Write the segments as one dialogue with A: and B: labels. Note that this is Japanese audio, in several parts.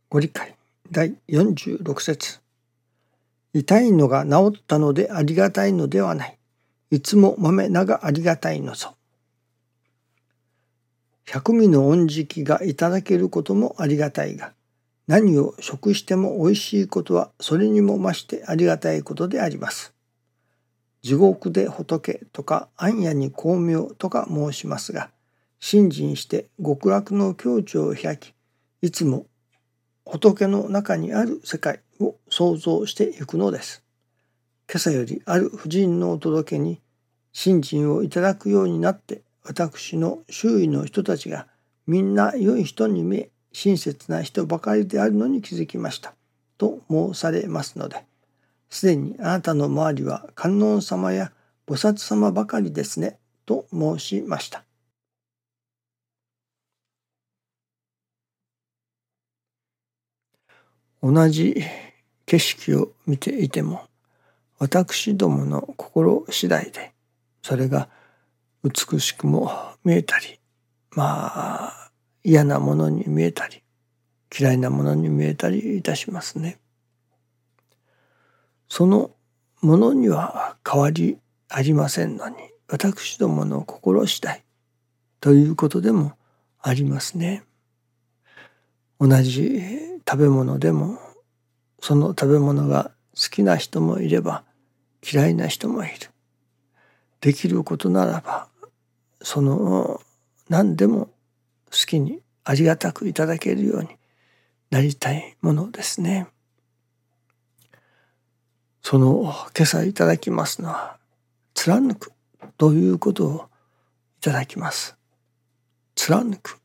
A: ご理解第46節。痛いのが治ったのでありがたいのではない。いつもまめながありがたいのぞ。百味の恩食がいただけることもありがたいが、何を食してもおいしいことはそれにも増してありがたいことであります。地獄で仏とか暗夜に光明とか申しますが、信心して極楽の境地を開き、いつも仏の中にある世界を創造していくのです。今朝よりある婦人のお届けに信心をいただくようになって、私の周囲の人たちがみんな良い人に見え、親切な人ばかりであるのに気づきましたと申されますので、すでにあなたの周りは観音様や菩薩様ばかりですねと申しました。同じ景色を見ていても、私どもの心次第でそれが美しくも見えたり、嫌なものに見えたり、嫌いなものに見えたりいたしますね。そのものには変わりありませんのに、私どもの心次第ということでもありますね。同じ食べ物でも、その食べ物が好きな人もいれば嫌いな人もいる。できることならばその何でも好きにありがたくいただけるようになりたいものですね。その今朝いただきますのは、貫くということをいただきます。貫く。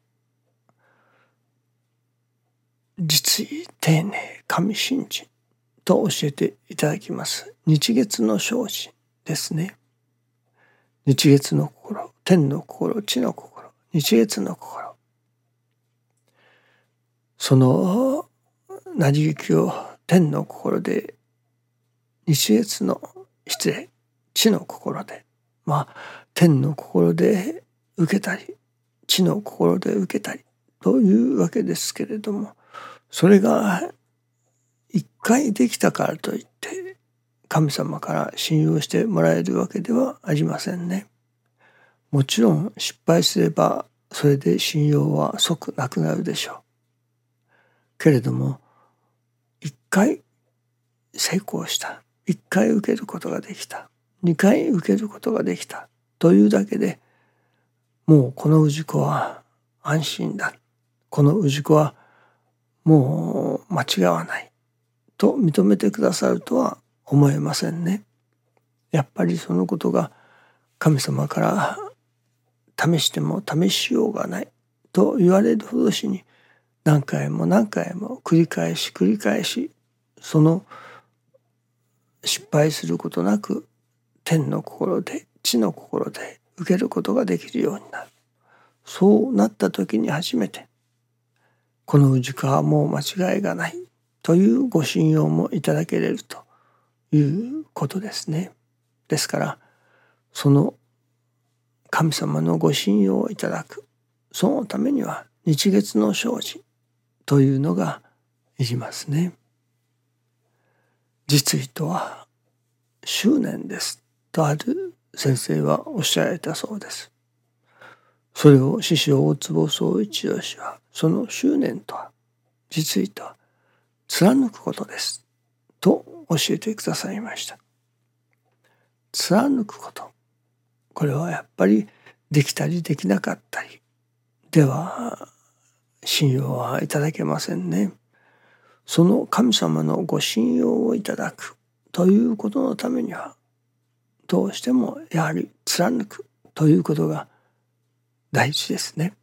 A: 実意丁寧神信心と教えていただきます。日月の精進ですね。日月の心、天の心、地の心、日月の心。その成り行きを天の心で、日月の地の心で、天の心で受けたり、地の心で受けたりというわけですけれども、それが一回できたからといって神様から信用してもらえるわけではありませんね。もちろん失敗すればそれで信用は即なくなるでしょう。けれども一回成功した、一回受けることができた、二回受けることができたというだけで、もうこの氏子は安心だ、この氏子はもう間違わないと認めてくださるとは思えませんね。やっぱりそのことが神様から試しても試しようがないと言われるほどしに、何回も何回も繰り返しその失敗することなく天の心で地の心で受けることができるようになる。そうなった時に初めてこの氏子はもう間違いがないというご信用もいただけれるということですね。ですからその神様のご信用をいただく、そのためには日月の精進というのがいりますね。実意とは執念ですとある先生はおっしゃられたそうです。それを師匠大坪宗一郎氏は、その執念とは実意とは貫くことですと教えてくださいました。貫くこと、これはやっぱりできたりできなかったりでは信用はいただけませんね。その神様のご信用をいただくということのためには、どうしてもやはり貫くということが大事ですね。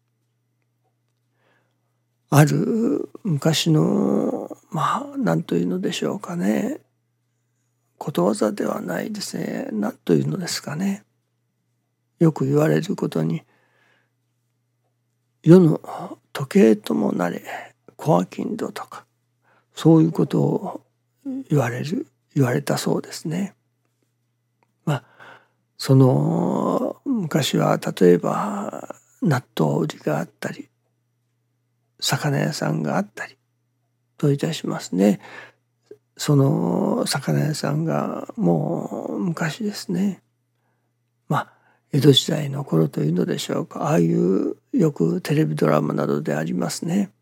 A: ある昔の何というのでしょうかね、ことわざではないですね、何というのですかね、よく言われることに、世の時計ともなれ小商人とか、そういうことを言われたそうですね。その昔は例えば納豆売りがあったり、魚屋さんがあったり、 といたしますね。その魚屋さんがもう昔ですね、江戸時代の頃というのでしょうか、ああいうよくテレビドラマなどでありますね。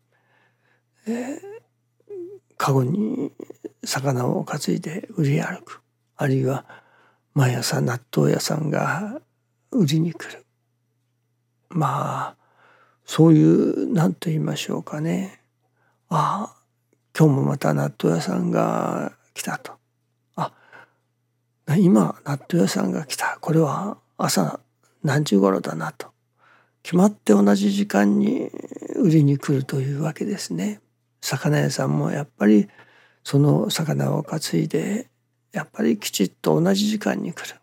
A: カゴに魚を担いで売り歩く、あるいは毎朝納豆屋さんが売りに来る。そういう何と言いましょうかね。今日もまた納豆屋さんが来たと。今納豆屋さんが来た。これは朝何時頃だなと。決まって同じ時間に売りに来るというわけですね。魚屋さんもやっぱりその魚を担いでやっぱりきちっと同じ時間に来る。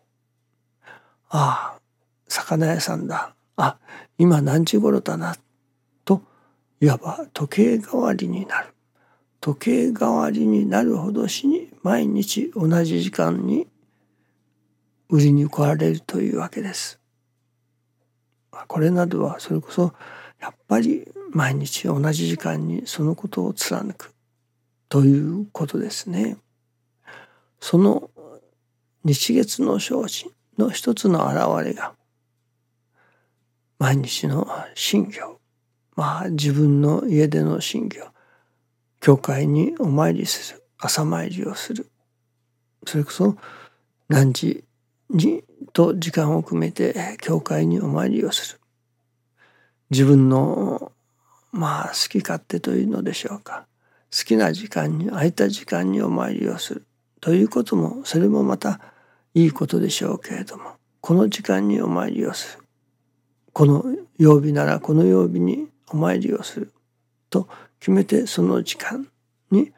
A: 魚屋さんだ。今何時頃だなと、いわば時計代わりになる。時計代わりになるほどしに毎日同じ時間に売りに来られるというわけです。これなどはそれこそやっぱり毎日同じ時間にそのことを貫くということですね。その日月の精進の一つの表れが毎日の信行、自分の家での信行、教会にお参りする、朝参りをする、それこそ何時にと時間を決めて教会にお参りをする。自分の好き勝手というのでしょうか、好きな時間に空いた時間にお参りをするということも、それもまたいいことでしょうけれども、この時間にお参りをする、この曜日ならこの曜日にお参りをすると決めて、その時間に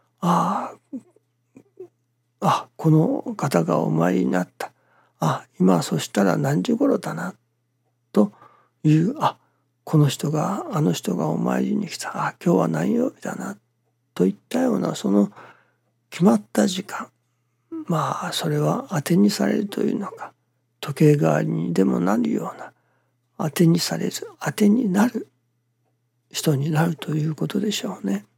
A: この方がお参りになった、今そしたら何時頃だなという、この人があの人がお参りに来た、今日は何曜日だなといったような、その決まった時間、それは当てにされるというのか、時計代わりにでもなるような、当てにされる、当てになる人になるということでしょうね。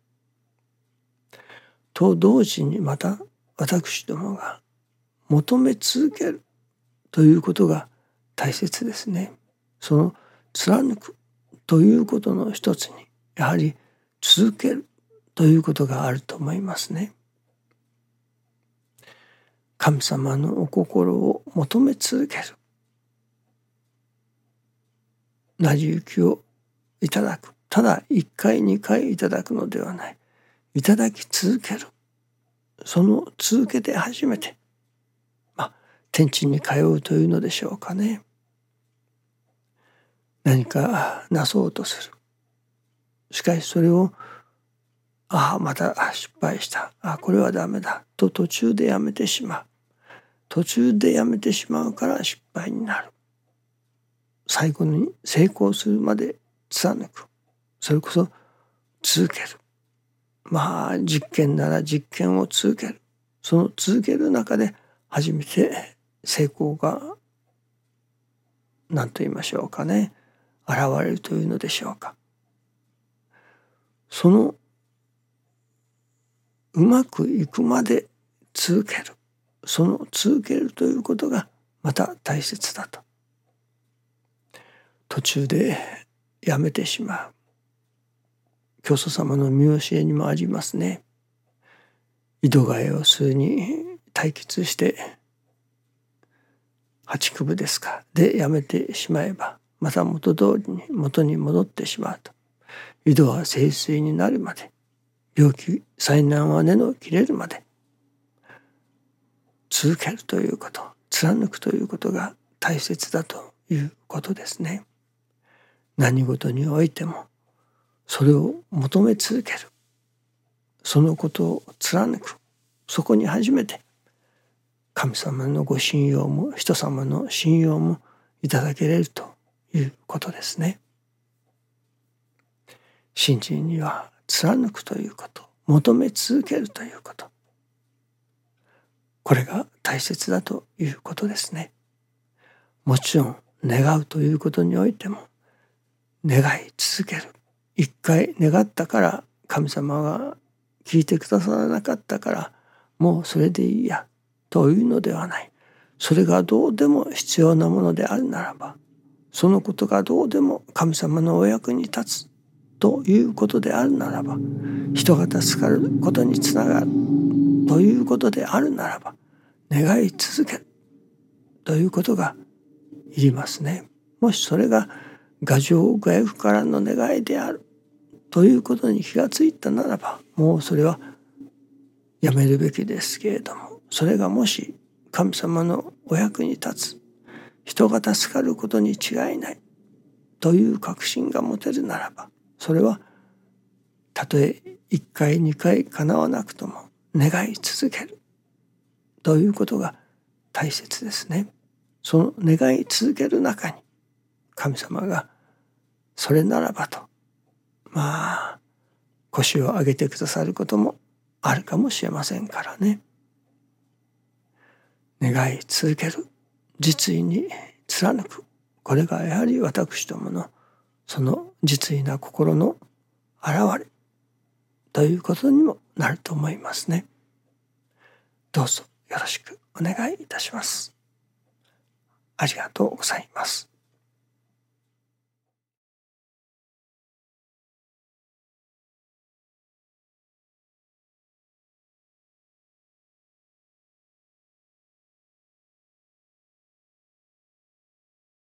A: と同時にまた私どもが求め続けるということが大切ですね。その貫くということの一つに、やはり続けるということがあると思いますね。神様のお心を求め続ける。成り行きをいただく。ただ一回二回いただくのではない。いただき続ける。その続けて初めて、天地に通うというのでしょうかね。何かなそうとする。しかしそれをまた失敗した、これはダメだと途中でやめてしまう。途中でやめてしまうから失敗になる。最後に成功するまで貫く。それこそ続ける。実験なら実験を続ける。その続ける中で初めて成功が何と言いましょうかね、現れるというのでしょうか。そのうまくいくまで続ける。その続けるということがまた大切だと。途中でやめてしまう。教祖様の見教えにもありますね。井戸替えをするに退屈して八九分ですかでやめてしまえば、また元通りに元に戻ってしまうと。井戸は清水になるまで、病気災難は根の切れるまで続けるということ、貫くということが大切だということですね。何事においてもそれを求め続ける、そのことを貫く、そこに初めて神様のご信用も人様の信用もいただけれるということですね。信心には貫くということ、求め続けるということ、これが大切だということですね。もちろん願うということにおいても願い続ける。一回願ったから神様が聞いてくださらなかったからもうそれでいいやというのではない。それがどうでも必要なものであるならば、そのことがどうでも神様のお役に立つということであるならば、人が助かることにつながるということであるならば、願い続けるということがいりますね。もしそれが牙城外役からの願いであるということに気がついたならば、もうそれはやめるべきですけれども、それがもし神様のお役に立つ、人が助かることに違いないという確信が持てるならば、それはたとえ1回2回叶わなくとも願い続けるということが大切ですね。その願い続ける中に神様がそれならばと腰を上げてくださることもあるかもしれませんからね。願い続ける、実意に貫く、これがやはり私どものその実意な心の現れということにもなると思いますね。どうぞよろしくお願いいたします。ありがとうございます。